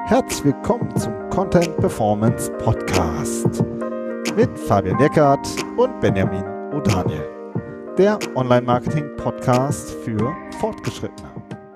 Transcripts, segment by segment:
Herzlich willkommen zum Content Performance Podcast mit Fabian Eckert und Benjamin O'Daniel, der Online-Marketing-Podcast für Fortgeschrittene.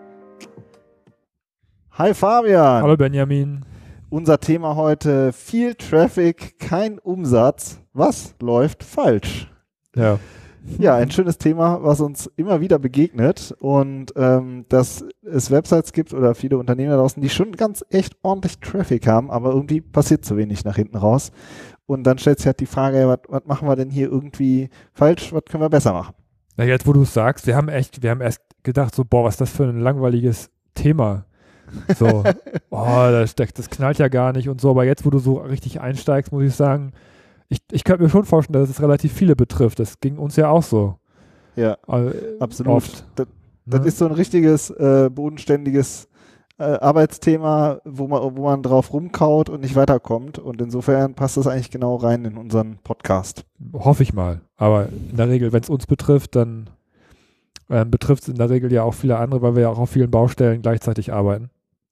Hi Fabian. Hallo Benjamin. Unser Thema heute: viel Traffic, kein Umsatz. Was läuft falsch? Ja, ein schönes Thema, was uns immer wieder begegnet, und dass es Websites gibt oder viele Unternehmen da draußen, die schon ganz echt ordentlich Traffic haben, aber irgendwie passiert zu wenig nach hinten raus. Und dann stellt sich halt die Frage, was machen wir denn hier irgendwie falsch, was können wir besser machen? Na, jetzt wo du es sagst, wir haben erst gedacht, so, boah, was ist das für ein langweiliges Thema. So, das knallt ja gar nicht und so, aber jetzt, wo du so richtig einsteigst, muss ich sagen, ich könnte mir schon vorstellen, dass es relativ viele betrifft. Das ging uns ja auch so. Ja, absolut. Oft, das ist so ein richtiges, bodenständiges Arbeitsthema, wo man drauf rumkaut und nicht weiterkommt. Und insofern passt das eigentlich genau rein in unseren Podcast. Hoffe ich mal. Aber in der Regel, wenn es uns betrifft, dann betrifft es in der Regel ja auch viele andere, weil wir ja auch auf vielen Baustellen gleichzeitig arbeiten.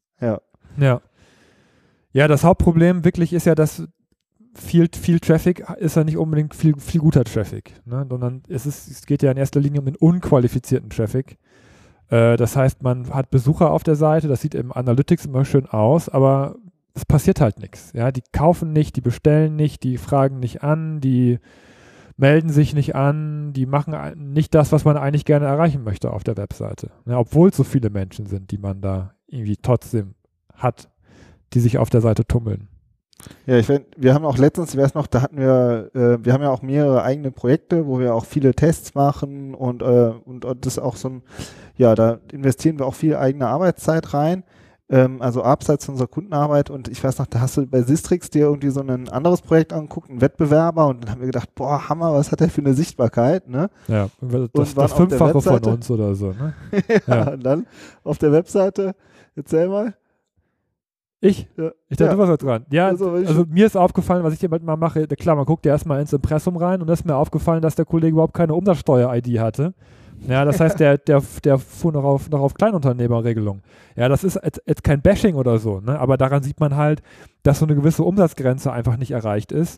Ja, das Hauptproblem wirklich ist ja, dass viel Traffic ist ja nicht unbedingt viel guter Traffic, ne? Sondern es geht ja in erster Linie um den unqualifizierten Traffic. Das heißt, man hat Besucher auf der Seite, das sieht im Analytics immer schön aus, aber es passiert halt nichts. Ja? Die kaufen nicht, die bestellen nicht, die fragen nicht an, die melden sich nicht an, die machen nicht das, was man eigentlich gerne erreichen möchte auf der Webseite. Ja, obwohl es so viele Menschen sind, die man da irgendwie trotzdem hat, die sich auf der Seite tummeln. Ja, wir haben auch letztens, wir haben ja auch mehrere eigene Projekte, wo wir auch viele Tests machen und das auch da investieren wir auch viel eigene Arbeitszeit rein, also abseits unserer Kundenarbeit. Und ich weiß noch, da hast du bei Sistrix dir irgendwie so ein anderes Projekt angeguckt, einen Wettbewerber, und dann haben wir gedacht, boah, Hammer, was hat der für eine Sichtbarkeit, ne? Ja, das Fünffache von uns oder so, ne? Ja, und dann auf der Webseite, erzähl mal. Ich dachte, du warst dran. Ja, also mir ist aufgefallen, was ich hier mal mache, klar, man guckt ja erstmal ins Impressum rein, und da ist mir aufgefallen, dass der Kollege überhaupt keine Umsatzsteuer-ID hatte. Ja, das heißt, der fuhr noch auf Kleinunternehmerregelung. Ja, das ist jetzt kein Bashing oder so, ne? Aber daran sieht man halt, dass so eine gewisse Umsatzgrenze einfach nicht erreicht ist,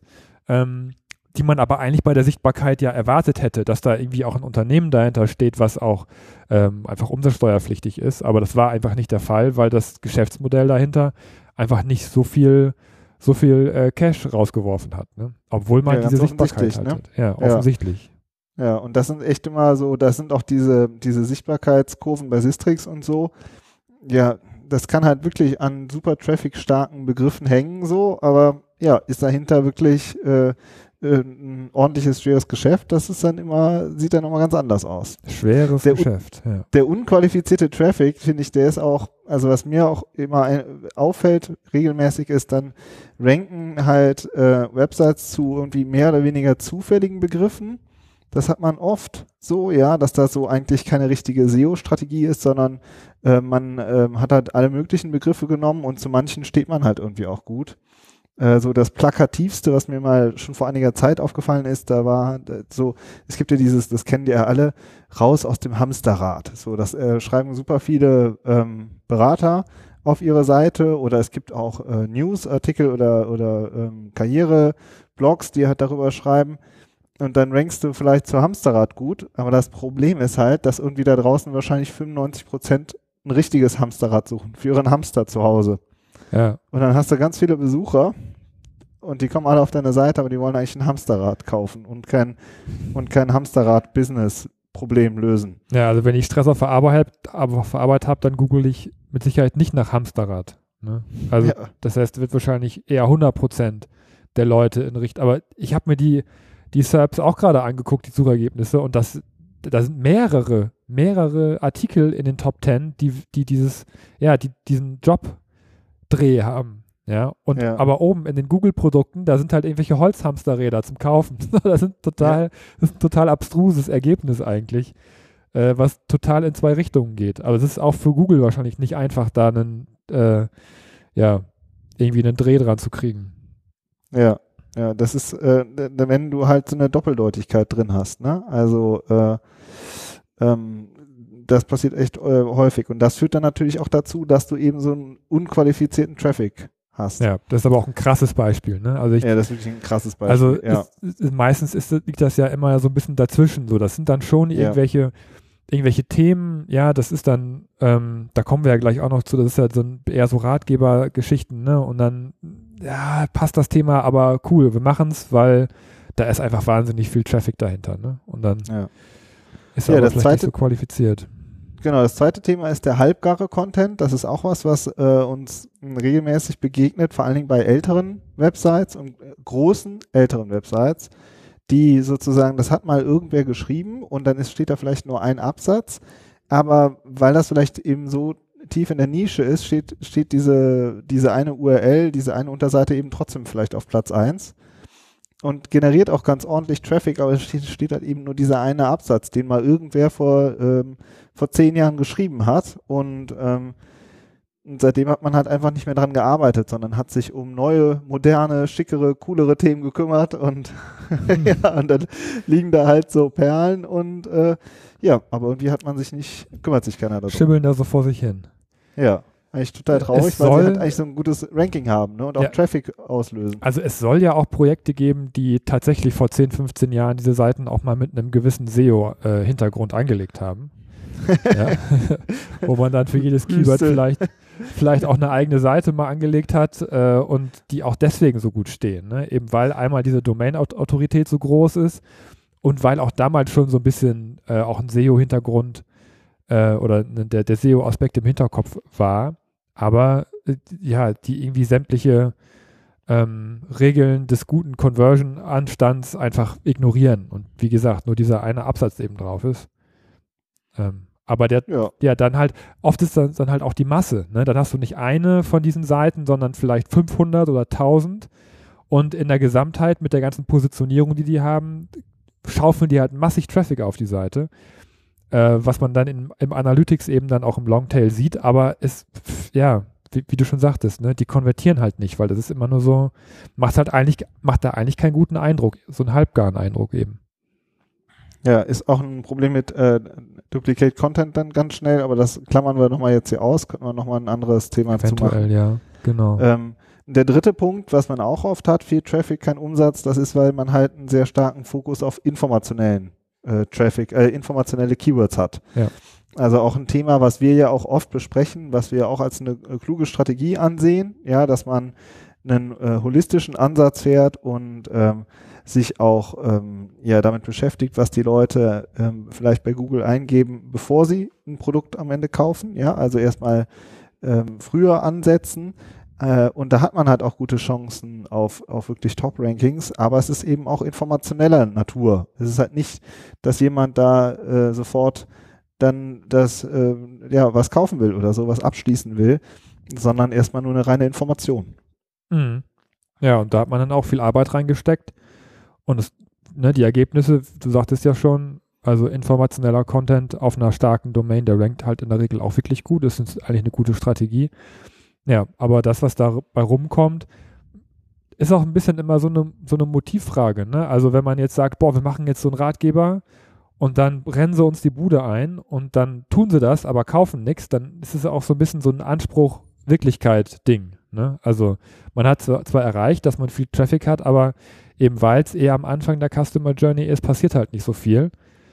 die man aber eigentlich bei der Sichtbarkeit ja erwartet hätte, dass da irgendwie auch ein Unternehmen dahinter steht, was auch einfach umsatzsteuerpflichtig ist. Aber das war einfach nicht der Fall, weil das Geschäftsmodell dahinter einfach nicht so viel Cash rausgeworfen hat, ne? Obwohl man diese Sichtbarkeit hatte. Ne? Ja, offensichtlich. Ja, und das sind echt immer so, das sind auch diese Sichtbarkeitskurven bei Sistrix und so. Ja, das kann halt wirklich an super traffic-starken Begriffen hängen, so, aber ja, ist dahinter wirklich ein ordentliches, schweres Geschäft, sieht dann immer ganz anders aus. Schweres Geschäft, ja. Der unqualifizierte Traffic, finde ich, der ist auch, also was mir auch immer auffällt, regelmäßig ist, dann ranken halt Websites zu irgendwie mehr oder weniger zufälligen Begriffen. Das hat man oft so, ja, dass das so eigentlich keine richtige SEO-Strategie ist, sondern man hat halt alle möglichen Begriffe genommen, und zu manchen steht man halt irgendwie auch gut. So das Plakativste, was mir mal schon vor einiger Zeit aufgefallen ist, da war so, es gibt ja dieses, das kennen die ja alle, raus aus dem Hamsterrad. So, das schreiben super viele Berater auf ihre Seite, oder es gibt auch Newsartikel oder Karriereblogs, die halt darüber schreiben, und dann rankst du vielleicht zu Hamsterrad gut, aber das Problem ist halt, dass irgendwie da draußen wahrscheinlich 95% ein richtiges Hamsterrad suchen, für ihren Hamster zu Hause. Ja. Und dann hast du ganz viele Besucher, und die kommen alle auf deine Seite, aber die wollen eigentlich ein Hamsterrad kaufen und kein Hamsterrad-Business-Problem lösen. Ja, also wenn ich Stress auf der Arbeit habe, dann google ich mit Sicherheit nicht nach Hamsterrad. Ne? Also Das heißt, wird wahrscheinlich eher 100% der Leute in Richtung, aber ich habe mir die SERPs auch gerade angeguckt, die Suchergebnisse, und da sind mehrere Artikel in den Top 10, die diesen Jobdreh haben. Ja, aber oben in den Google-Produkten, da sind halt irgendwelche Holzhamsterräder zum Kaufen. Das ist ein total abstruses Ergebnis eigentlich, was total in zwei Richtungen geht. Aber es ist auch für Google wahrscheinlich nicht einfach, da irgendwie einen Dreh dran zu kriegen. Ja, das ist, wenn du halt so eine Doppeldeutigkeit drin hast, ne? Also das passiert echt häufig. Und das führt dann natürlich auch dazu, dass du eben so einen unqualifizierten Traffic hast. Ja, das ist aber auch ein krasses Beispiel. Ne? Also ja, das ist wirklich ein krasses Beispiel. Also ja. meistens liegt das ja immer so ein bisschen dazwischen. So, das sind dann schon irgendwelche Themen, ja, das ist dann, da kommen wir ja gleich auch noch zu, das ist ja eher so Ratgebergeschichten, ne? Und dann, ja, passt das Thema, aber cool, wir machen es, weil da ist einfach wahnsinnig viel Traffic dahinter, ne? Und dann ist er aber vielleicht nicht so qualifiziert. Genau, das zweite Thema ist der halbgare Content. Das ist auch was uns regelmäßig begegnet, vor allen Dingen bei älteren Websites und großen älteren Websites, die sozusagen, das hat mal irgendwer geschrieben und dann steht da vielleicht nur ein Absatz, aber weil das vielleicht eben so tief in der Nische ist, steht diese eine URL, diese eine Unterseite eben trotzdem vielleicht auf Platz 1 und generiert auch ganz ordentlich Traffic, aber es steht halt eben nur dieser eine Absatz, den mal irgendwer vor 10 Jahren geschrieben hat und seitdem hat man halt einfach nicht mehr dran gearbeitet, sondern hat sich um neue, moderne, schickere, coolere Themen gekümmert und und dann liegen da halt so Perlen und aber irgendwie kümmert sich keiner darum. Schimmeln da so vor sich hin. Ja, eigentlich total traurig, weil sie halt eigentlich so ein gutes Ranking haben, ne, und auch Traffic auslösen. Also es soll ja auch Projekte geben, die tatsächlich vor 10, 15 Jahren diese Seiten auch mal mit einem gewissen SEO-Hintergrund angelegt haben. Wo man dann für jedes Keyword vielleicht auch eine eigene Seite mal angelegt hat und die auch deswegen so gut stehen. Ne? Eben weil einmal diese Domain-Autorität so groß ist und weil auch damals schon so ein bisschen auch ein SEO-Hintergrund oder der SEO-Aspekt im Hinterkopf war. Aber die irgendwie sämtliche Regeln des guten Conversion-Anstands einfach ignorieren. Und wie gesagt, nur dieser eine Absatz eben drauf ist. Aber dann halt, oft ist dann halt auch die Masse. Ne? Dann hast du nicht eine von diesen Seiten, sondern vielleicht 500 oder 1000. Und in der Gesamtheit mit der ganzen Positionierung, die haben, schaufeln die halt massig Traffic auf die Seite. Was man dann im Analytics eben dann auch im Longtail sieht. Aber wie du schon sagtest, ne? Die konvertieren halt nicht, weil das ist immer nur so, macht da eigentlich keinen guten Eindruck. So einen halbgaren Eindruck eben. Ja, ist auch ein Problem mit Duplicate Content dann ganz schnell, aber das klammern wir nochmal jetzt hier aus, können wir nochmal ein anderes Thema zu machen. Ja, genau. Der dritte Punkt, was man auch oft hat, viel Traffic, kein Umsatz, das ist, weil man halt einen sehr starken Fokus auf informationellen Traffic, informationelle Keywords hat. Ja. Also auch ein Thema, was wir ja auch oft besprechen, was wir auch als eine kluge Strategie ansehen, ja, dass man einen holistischen Ansatz fährt und sich auch damit beschäftigt, was die Leute vielleicht bei Google eingeben, bevor sie ein Produkt am Ende kaufen. Ja, also erstmal früher ansetzen. Und da hat man halt auch gute Chancen auf wirklich Top-Rankings, aber es ist eben auch informationeller Natur. Es ist halt nicht, dass jemand da sofort dann was kaufen will oder sowas abschließen will, sondern erstmal nur eine reine Information. Mhm. Ja, und da hat man dann auch viel Arbeit reingesteckt. Und die Ergebnisse, du sagtest ja schon, also informationeller Content auf einer starken Domain, der rankt halt in der Regel auch wirklich gut. Das ist eigentlich eine gute Strategie. Ja, aber das, was dabei rumkommt, ist auch ein bisschen immer so eine Motivfrage. Ne? Also wenn man jetzt sagt, wir machen jetzt so einen Ratgeber und dann brennen sie uns die Bude ein und dann tun sie das, aber kaufen nichts, dann ist es auch so ein bisschen so ein Anspruch-Wirklichkeit-Ding. Ne? Also man hat zwar erreicht, dass man viel Traffic hat, aber eben weil es eher am Anfang der Customer Journey ist, passiert halt nicht so viel.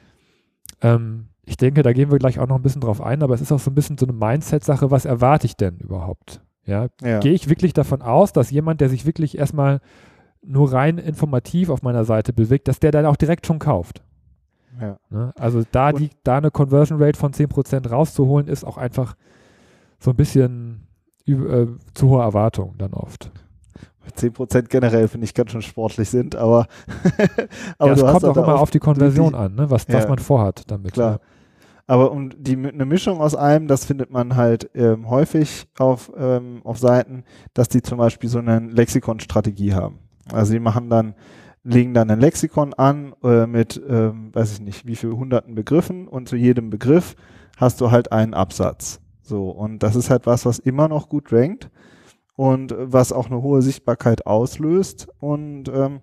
Ich denke, da gehen wir gleich auch noch ein bisschen drauf ein, aber es ist auch so ein bisschen so eine Mindset-Sache, was erwarte ich denn überhaupt? Ja? Gehe ich wirklich davon aus, dass jemand, der sich wirklich erstmal nur rein informativ auf meiner Seite bewegt, dass der dann auch direkt schon kauft? Ja. Ne? Also da eine Conversion Rate von 10% rauszuholen, ist auch einfach so ein bisschen zu hohe Erwartung dann oft. 10% generell finde ich ganz schön sportlich sind, aber es kommt auch immer auf die Konversion an, ne? was man vorhat damit. Klar. Ja. Aber eine Mischung aus allem, das findet man halt häufig auf Seiten, dass die zum Beispiel so eine Lexikon-Strategie haben. Also die legen dann ein Lexikon an mit, weiß ich nicht, wie viel hunderten Begriffen und zu jedem Begriff hast du halt einen Absatz. So, und das ist halt was immer noch gut rankt und was auch eine hohe Sichtbarkeit auslöst und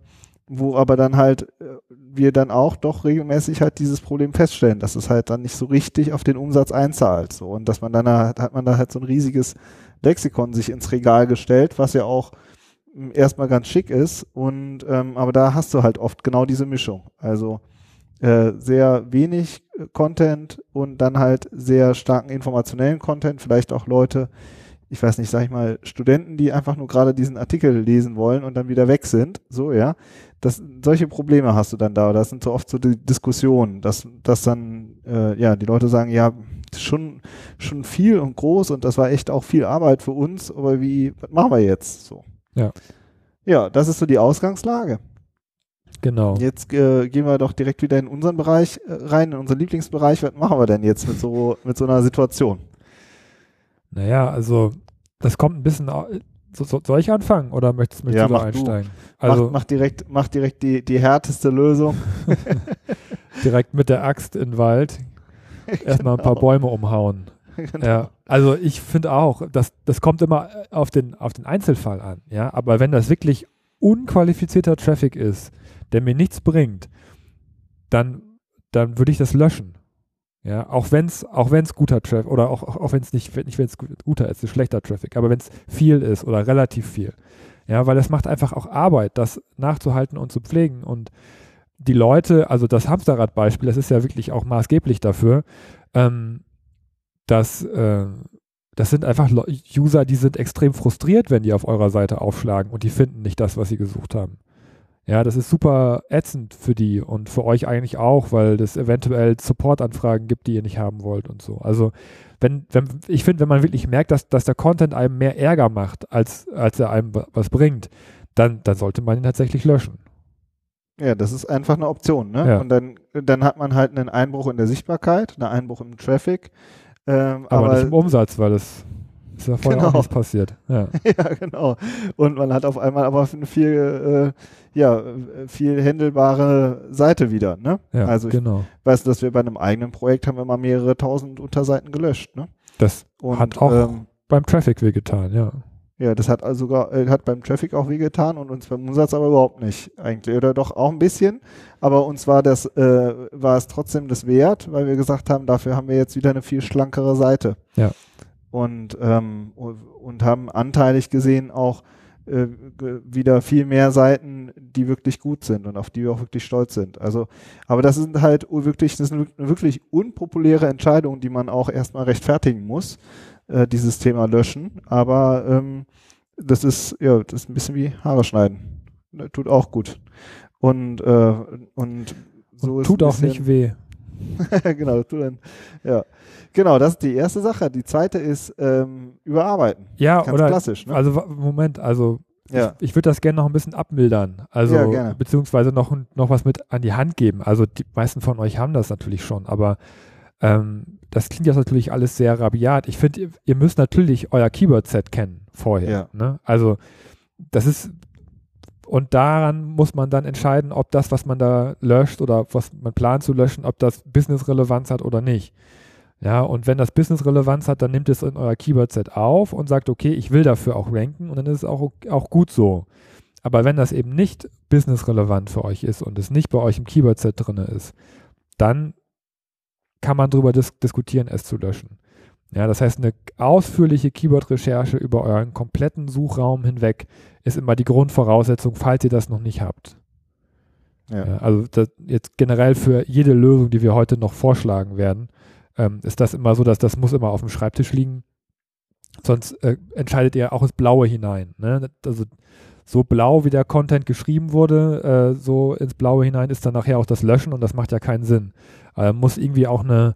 wo aber dann halt wir dann auch doch regelmäßig halt dieses Problem feststellen, dass es halt dann nicht so richtig auf den Umsatz einzahlt. So. Und dass man dann hat man da halt so ein riesiges Lexikon sich ins Regal gestellt, was ja auch erstmal ganz schick ist. Und aber da hast du halt oft genau diese Mischung. Also sehr wenig Content und dann halt sehr starken informationellen Content, vielleicht auch Leute, ich weiß nicht, sag ich mal, Studenten, die einfach nur gerade diesen Artikel lesen wollen und dann wieder weg sind, so, ja. Solche Probleme hast du dann da, das sind so oft so die Diskussionen, dass dann, die Leute sagen, ja, schon viel und groß und das war echt auch viel Arbeit für uns, aber was machen wir jetzt, so. Ja. Ja, das ist so die Ausgangslage. Genau. Jetzt gehen wir doch direkt wieder in unseren Bereich rein, in unseren Lieblingsbereich. Was machen wir denn jetzt mit so einer Situation? Naja, also das kommt ein bisschen. Soll ich anfangen oder möchtest du da einsteigen? Also mach direkt die härteste Lösung. Direkt mit der Axt in den Wald. Erstmal ein paar Bäume umhauen. Genau. Ja, also ich finde auch, das kommt immer auf den Einzelfall an. Ja, aber wenn das wirklich unqualifizierter Traffic ist, der mir nichts bringt, dann würde ich das löschen. Ja, auch wenn es guter Traffic oder auch wenn es nicht wenn es guter ist schlechter Traffic, aber wenn es viel ist oder relativ viel. Ja, weil das macht einfach auch Arbeit, das nachzuhalten und zu pflegen. Und die Leute, also das Hamsterrad-Beispiel, das ist ja wirklich auch maßgeblich dafür, dass das sind einfach User, die sind extrem frustriert, wenn die auf eurer Seite aufschlagen und die finden nicht das, was sie gesucht haben. Ja, das ist super ätzend für die und für euch eigentlich auch, weil es eventuell Support-Anfragen gibt, die ihr nicht haben wollt und so. Also ich finde, wenn man wirklich merkt, dass der Content einem mehr Ärger macht, als er einem was bringt, dann sollte man ihn tatsächlich löschen. Ja, das ist einfach eine Option, ne? Ja. Und dann hat man halt einen Einbruch in der Sichtbarkeit, einen Einbruch im Traffic. Aber nicht im Umsatz, weil das ist ja vorher auch nichts passiert. Ja. Ja, genau. Und man hat auf einmal aber eine viel händelbare Seite wieder, ne? Ja, also ich weiß, dass wir bei einem eigenen Projekt haben wir mal mehrere tausend Unterseiten gelöscht, ne? Das hat auch beim Traffic wehgetan, ja. Ja, das hat also hat beim Traffic auch wehgetan und uns beim Umsatz aber überhaupt nicht eigentlich. Oder doch auch ein bisschen, aber uns war es trotzdem das wert, weil wir gesagt haben, dafür haben wir jetzt wieder eine viel schlankere Seite. Ja. Und haben anteilig gesehen auch wieder viel mehr Seiten, die wirklich gut sind und auf die wir auch wirklich stolz sind. Also, aber das sind halt wirklich unpopuläre Entscheidungen, die man auch erstmal rechtfertigen muss, dieses Thema löschen. Aber das ist ein bisschen wie Haare schneiden. Tut auch gut. Und so ist tut auch nicht weh. Genau, Genau, das ist die erste Sache. Die zweite ist überarbeiten. Ja, ganz klassisch. Ne? Also Moment, ich würde das gerne noch ein bisschen abmildern. Also gerne. Beziehungsweise noch was mit an die Hand geben. Also die meisten von euch haben das natürlich schon, aber das klingt jetzt natürlich alles sehr rabiat. Ich finde, ihr müsst natürlich euer Keyword-Set kennen vorher. Ja. Ne? Also das ist und daran muss man dann entscheiden, ob das, was man da löscht oder was man plant zu löschen, ob das Business-Relevanz hat oder nicht. Ja, und wenn das Business-Relevanz hat, dann nehmt es in euer Keyword-Set auf und sagt, okay, ich will dafür auch ranken und dann ist es auch gut so. Aber wenn das eben nicht business-relevant für euch ist und es nicht bei euch im Keyword-Set drin ist, dann kann man darüber diskutieren, es zu löschen. Ja, das heißt, eine ausführliche Keyword-Recherche über euren kompletten Suchraum hinweg ist immer die Grundvoraussetzung, falls ihr das noch nicht habt. Ja. Ja, also jetzt generell für jede Lösung, die wir heute noch vorschlagen werden, ist das immer so, dass das muss immer auf dem Schreibtisch liegen. Sonst entscheidet ihr auch ins Blaue hinein. Ne? Also so blau, wie der Content geschrieben wurde, so ins Blaue hinein ist dann nachher auch das Löschen und das macht ja keinen Sinn. Muss irgendwie auch eine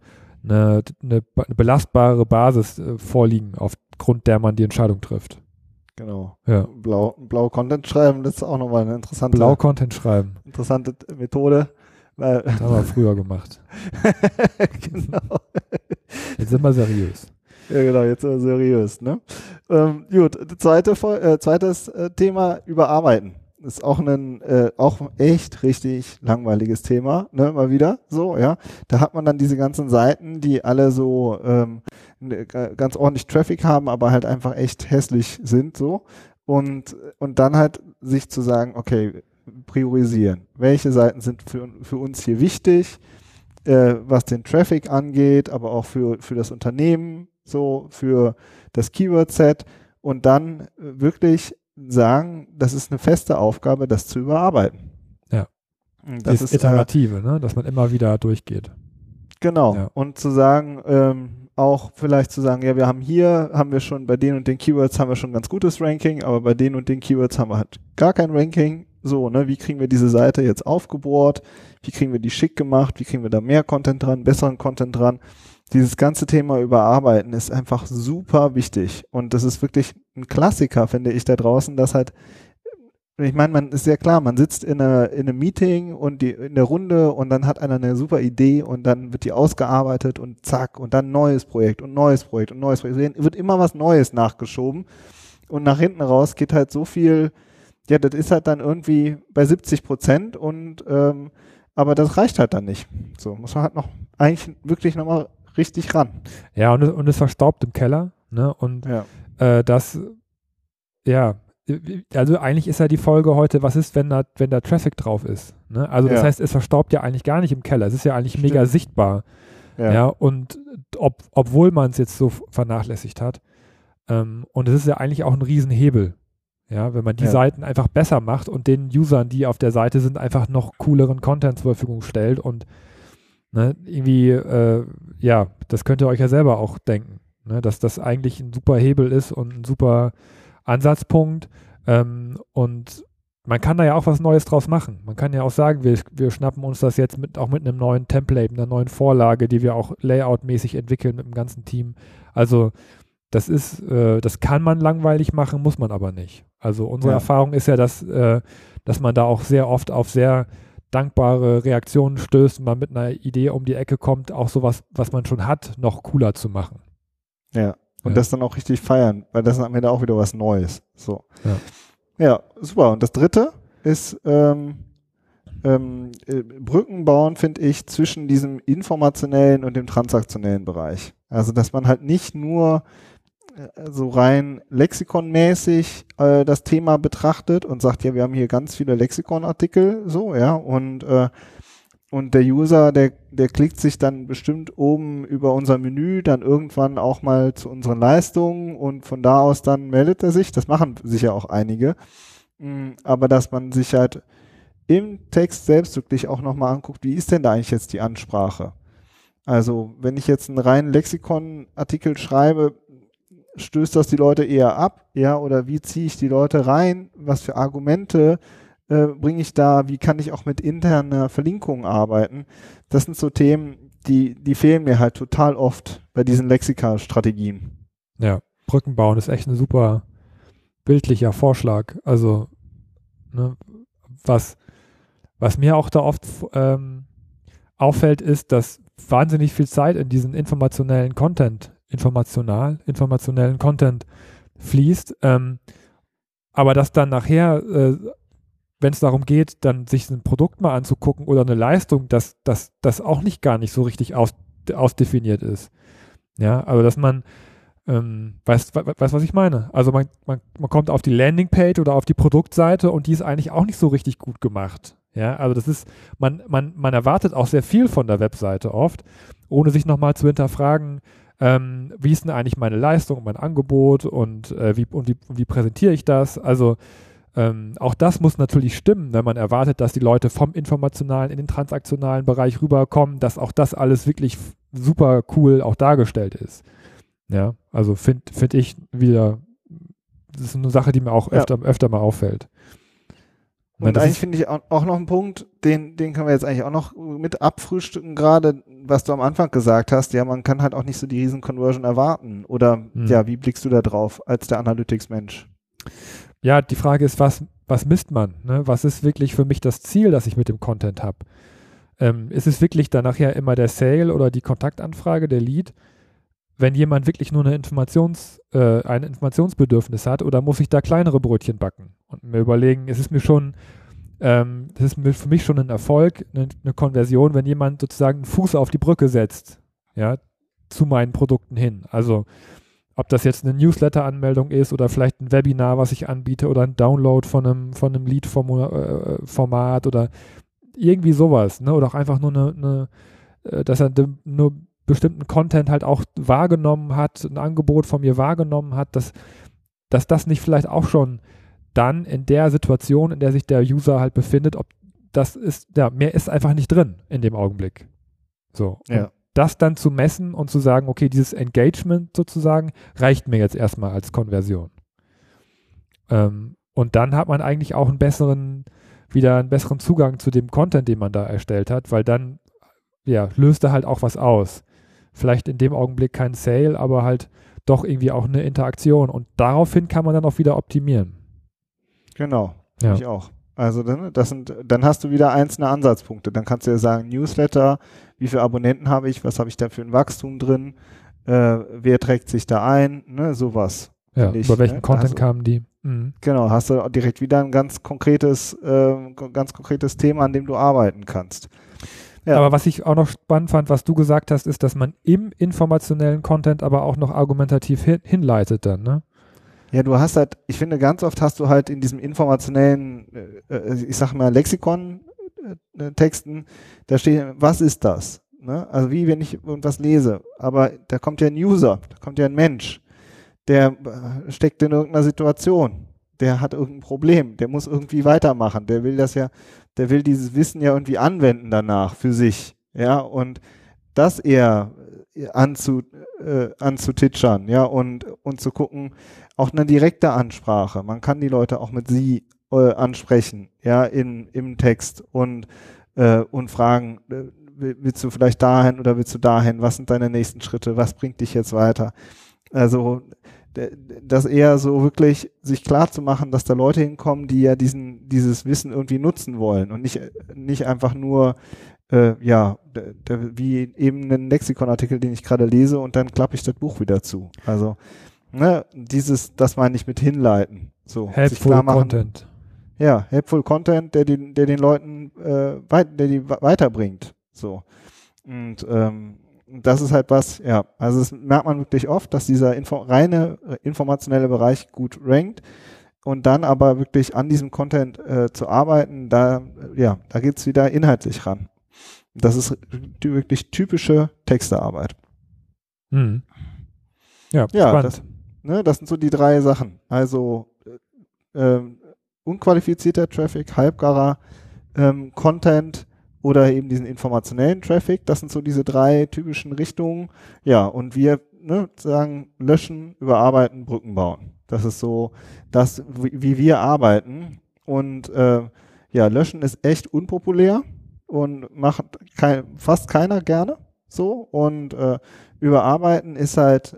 belastbare Basis vorliegen, aufgrund der man die Entscheidung trifft. Genau. Ja. Blau Content schreiben, das ist auch nochmal eine interessante Blau-Content schreiben. Interessante Methode. Das haben wir früher gemacht. Genau. Jetzt sind wir seriös. Ja, genau, jetzt sind wir seriös. Ne? Gut, zweites Thema, überarbeiten. Ist auch auch echt richtig langweiliges Thema, ne, mal wieder, so, ja. Da hat man dann diese ganzen Seiten, die alle so ganz ordentlich Traffic haben, aber halt einfach echt hässlich sind, so. Und dann halt sich zu sagen, okay, priorisieren. Welche Seiten sind für uns hier wichtig, was den Traffic angeht, aber auch für das Unternehmen, so für das Keyword-Set und dann wirklich sagen, das ist eine feste Aufgabe, das zu überarbeiten. Ja. Das ist Iterative, ne? Dass man immer wieder durchgeht. Genau. Ja. Und zu sagen, auch vielleicht zu sagen, ja, haben wir schon bei den und den Keywords haben wir schon ein ganz gutes Ranking, aber bei den und den Keywords haben wir halt gar kein Ranking. So, ne, wie kriegen wir diese Seite jetzt aufgebohrt? Wie kriegen wir die schick gemacht? Wie kriegen wir da mehr Content dran, besseren Content dran? Dieses ganze Thema Überarbeiten ist einfach super wichtig. Und das ist wirklich ein Klassiker, finde ich, da draußen, dass halt, ich meine, man ist ja klar, man sitzt in einem Meeting und in der Runde und dann hat einer eine super Idee und dann wird die ausgearbeitet und zack und dann neues Projekt und neues Projekt und neues Projekt. Es wird immer was Neues nachgeschoben und nach hinten raus geht halt so viel, ja, das ist halt dann irgendwie bei 70% und aber das reicht halt dann nicht. So, muss man halt noch eigentlich wirklich nochmal richtig ran. Ja, und es verstaubt im Keller, ne? Und also eigentlich ist ja die Folge heute, was ist, wenn da Traffic drauf ist? Ne? Also das heißt, es verstaubt ja eigentlich gar nicht im Keller. Es ist ja eigentlich mega sichtbar. Ja, und obwohl man es jetzt so vernachlässigt hat. Und es ist ja eigentlich auch ein Riesenhebel. Ja, wenn man die Seiten einfach besser macht und den Usern, die auf der Seite sind, einfach noch cooleren Content zur Verfügung stellt und ne, irgendwie, das könnt ihr euch ja selber auch denken, ne, dass das eigentlich ein super Hebel ist und ein super Ansatzpunkt und man kann da ja auch was Neues draus machen. Man kann ja auch sagen, wir schnappen uns das jetzt auch mit einem neuen Template, einer neuen Vorlage, die wir auch layoutmäßig entwickeln mit dem ganzen Team. Also das kann man langweilig machen, muss man aber nicht. Also unsere Erfahrung ist ja, dass man da auch sehr oft auf sehr dankbare Reaktionen stößt und man mit einer Idee um die Ecke kommt, auch sowas, was man schon hat, noch cooler zu machen. Ja, und das dann auch richtig feiern, weil das ist am Ende auch wieder was Neues. So. Ja, super. Und das dritte ist Brücken bauen, finde ich, zwischen diesem informationellen und dem transaktionellen Bereich. Also, dass man halt nicht nur so rein lexikonmäßig das Thema betrachtet und sagt, ja, wir haben hier ganz viele Lexikonartikel, so, ja, und der User, der klickt sich dann bestimmt oben über unser Menü dann irgendwann auch mal zu unseren Leistungen und von da aus dann meldet er sich. Das machen sicher auch einige. Aber dass man sich halt im Text selbst wirklich auch nochmal anguckt, wie ist denn da eigentlich jetzt die Ansprache? Also, wenn ich jetzt einen reinen Lexikonartikel schreibe, stößt das die Leute eher ab, ja, oder wie ziehe ich die Leute rein? Was für Argumente bringe ich da? Wie kann ich auch mit interner Verlinkung arbeiten? Das sind so Themen, die fehlen mir halt total oft bei diesen Lexika-Strategien. Ja, Brücken bauen ist echt ein super bildlicher Vorschlag. Also, ne, was mir auch da oft auffällt, ist, dass wahnsinnig viel Zeit in diesen informationellen Content fließt, aber dass dann nachher, wenn es darum geht, dann sich ein Produkt mal anzugucken oder eine Leistung, dass das auch gar nicht so richtig ausdefiniert ist. Ja, also dass man weißt, was ich meine? Also man kommt auf die Landingpage oder auf die Produktseite und die ist eigentlich auch nicht so richtig gut gemacht. Ja, also das ist, man erwartet auch sehr viel von der Webseite oft, ohne sich nochmal zu hinterfragen, wie ist denn eigentlich meine Leistung, mein Angebot und wie präsentiere ich das? Also auch das muss natürlich stimmen, wenn man erwartet, dass die Leute vom informationalen in den transaktionalen Bereich rüberkommen, dass auch das alles wirklich super cool auch dargestellt ist. Ja, also finde ich wieder, das ist eine Sache, die mir auch öfter mal auffällt. Und eigentlich finde ich auch noch einen Punkt, den können wir jetzt eigentlich auch noch mit abfrühstücken, gerade was du am Anfang gesagt hast, ja, man kann halt auch nicht so die Riesen-Conversion erwarten. Oder ja, wie blickst du da drauf als der Analytics-Mensch? Ja, die Frage ist, was misst man? Ne? Was ist wirklich für mich das Ziel, das ich mit dem Content habe? Ist es wirklich dann nachher immer der Sale oder die Kontaktanfrage, der Lead? Wenn jemand wirklich nur ein Informationsbedürfnis hat, oder muss ich da kleinere Brötchen backen und mir überlegen, es ist für mich schon ein Erfolg, eine Konversion, wenn jemand sozusagen einen Fuß auf die Brücke setzt, ja, zu meinen Produkten hin. Also Ob das jetzt eine Newsletter-Anmeldung ist oder vielleicht ein Webinar, was ich anbiete oder ein Download von einem Lead-Format oder irgendwie sowas, ne? Oder auch einfach nur dass er nur bestimmten Content halt auch wahrgenommen hat, ein Angebot von mir wahrgenommen hat, dass das nicht vielleicht auch schon dann in der Situation, in der sich der User halt befindet, ob das ist, ja, mehr ist einfach nicht drin in dem Augenblick. So. Ja. Und das dann zu messen und zu sagen, okay, dieses Engagement sozusagen reicht mir jetzt erstmal als Konversion. Und dann hat man eigentlich auch einen besseren Zugang zu dem Content, den man da erstellt hat, weil dann, ja, löst er halt auch was aus. Vielleicht in dem Augenblick kein Sale, aber halt doch irgendwie auch eine Interaktion. Und daraufhin kann man dann auch wieder optimieren. Genau, ja. Ich auch. Also dann hast du wieder einzelne Ansatzpunkte. Dann kannst du ja sagen, Newsletter, wie viele Abonnenten habe ich, was habe ich da für ein Wachstum drin, wer trägt sich da ein, ne, sowas. Ja, über welchen Content kamen die? Mhm. Genau, hast du direkt wieder ein ganz konkretes Thema, an dem du arbeiten kannst. Ja. Aber was ich auch noch spannend fand, was du gesagt hast, ist, dass man im informationellen Content aber auch noch argumentativ hinleitet dann, ne? Ja, du hast halt, ich finde, ganz oft hast du halt in diesem informationellen, ich sag mal, Lexikon-Texten, da steht, was ist das? Ne? Also wie, wenn ich irgendwas lese. Aber da kommt ja ein User, da kommt ja ein Mensch, der steckt in irgendeiner Situation, der hat irgendein Problem, der muss irgendwie weitermachen, der will dieses Wissen ja irgendwie anwenden danach für sich, ja, und das eher anzutitschern, ja, und zu gucken, auch eine direkte Ansprache. Man kann die Leute auch mit Sie ansprechen, ja, im Text und fragen, willst du vielleicht dahin oder willst du dahin? Was sind deine nächsten Schritte? Was bringt dich jetzt weiter? Also das eher so wirklich sich klar zu machen, dass da Leute hinkommen, die ja dieses Wissen irgendwie nutzen wollen und nicht einfach nur wie eben einen Lexikonartikel, den ich gerade lese und dann klappe ich das Buch wieder zu. Also ne, das meine ich mit hinleiten. So, helpful sich klar machen, Content. Ja, helpful Content, der den Leuten der die weiterbringt. So. Und das ist halt was, ja, also das merkt man wirklich oft, dass dieser reine informationelle Bereich gut rankt und dann aber wirklich an diesem Content zu arbeiten, da geht es wieder inhaltlich ran. Das ist wirklich typische Textearbeit. Mhm. Ja, spannend. Das sind so die 3 Sachen. Also unqualifizierter Traffic, halbgarer Content oder eben diesen informationellen Traffic. Das sind so diese 3 typischen Richtungen. Ja, und wir sagen, löschen, überarbeiten, Brücken bauen. Das ist so das, wie wir arbeiten. Und löschen ist echt unpopulär und macht fast keiner gerne so. Und überarbeiten ist halt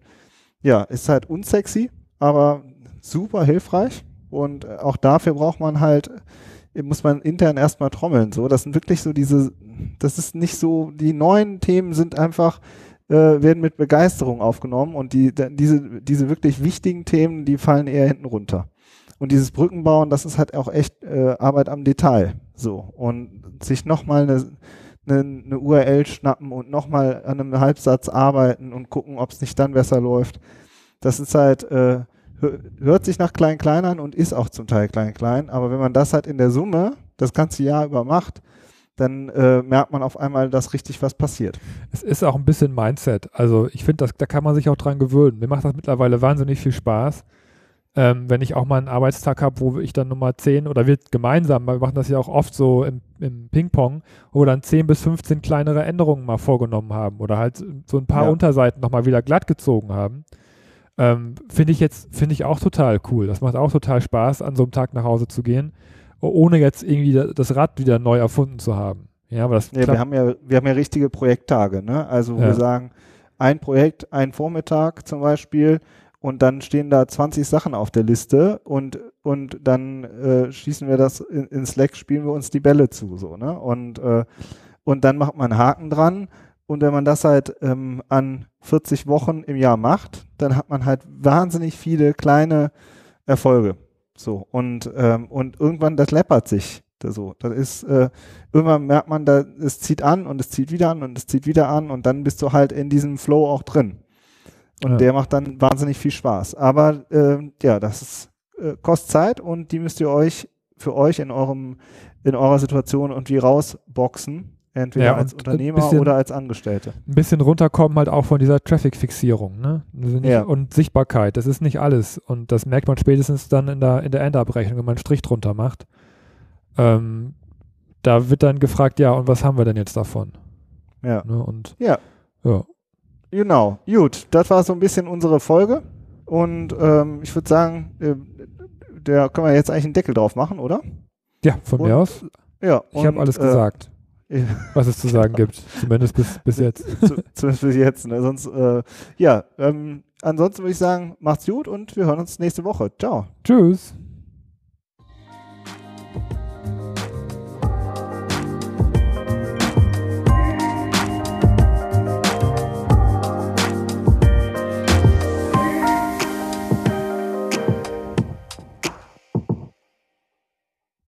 unsexy, aber super hilfreich. Und auch dafür muss man intern erstmal trommeln. So, das sind wirklich so das ist nicht so, die neuen Themen sind einfach, werden mit Begeisterung aufgenommen und diese wirklich wichtigen Themen, die fallen eher hinten runter. Und dieses Brückenbauen, das ist halt auch echt Arbeit am Detail. So. Und sich nochmal eine URL schnappen und nochmal an einem Halbsatz arbeiten und gucken, ob es nicht dann besser läuft. Das ist halt, hört sich nach klein an und ist auch zum Teil klein, aber wenn man das halt in der Summe das ganze Jahr über macht, dann merkt man auf einmal, dass richtig was passiert. Es ist auch ein bisschen Mindset. Also ich finde, da kann man sich auch dran gewöhnen. Mir macht das mittlerweile wahnsinnig viel Spaß. Wenn ich auch mal einen Arbeitstag habe, wo ich dann Nummer 10 oder wir gemeinsam, wir machen das ja auch oft so im Ping-Pong, wo wir dann 10 bis 15 kleinere Änderungen mal vorgenommen haben oder halt so ein paar Unterseiten nochmal wieder glatt gezogen haben. Finde ich auch total cool. Das macht auch total Spaß, an so einem Tag nach Hause zu gehen, ohne jetzt irgendwie das Rad wieder neu erfunden zu haben. Ja, aber wir haben ja richtige Projekttage, ne? Also wir sagen, ein Projekt, ein Vormittag zum Beispiel und dann stehen da 20 Sachen auf der Liste und dann schießen wir das in Slack, spielen wir uns die Bälle zu, so, ne? Und dann macht man einen Haken dran. Und wenn man das halt an 40 Wochen im Jahr macht, dann hat man halt wahnsinnig viele kleine Erfolge. So. Und irgendwann, das läppert sich. So. Das ist, irgendwann merkt man, es zieht an und es zieht wieder an und es zieht wieder an und dann bist du halt in diesem Flow auch drin. Und der macht dann wahnsinnig viel Spaß. Aber das ist, kostet Zeit und die müsst ihr für euch in eurer Situation irgendwie rausboxen. Entweder als Unternehmer oder als Angestellte. Ein bisschen runterkommen halt auch von dieser Traffic-Fixierung, ne? Und Sichtbarkeit, das ist nicht alles. Und das merkt man spätestens dann in der Endabrechnung, wenn man einen Strich drunter macht. Da wird dann gefragt, ja, und was haben wir denn jetzt davon? Ja. Ne? Und, ja. Genau. Gut, das war so ein bisschen unsere Folge. Und ich würde sagen, da können wir jetzt eigentlich einen Deckel drauf machen, oder? Ja, von mir aus. Ja. Ich habe alles gesagt. Was es zu sagen gibt, zumindest bis jetzt. Zumindest bis jetzt, ne? Sonst, ansonsten würde ich sagen, macht's gut und wir hören uns nächste Woche. Ciao. Tschüss.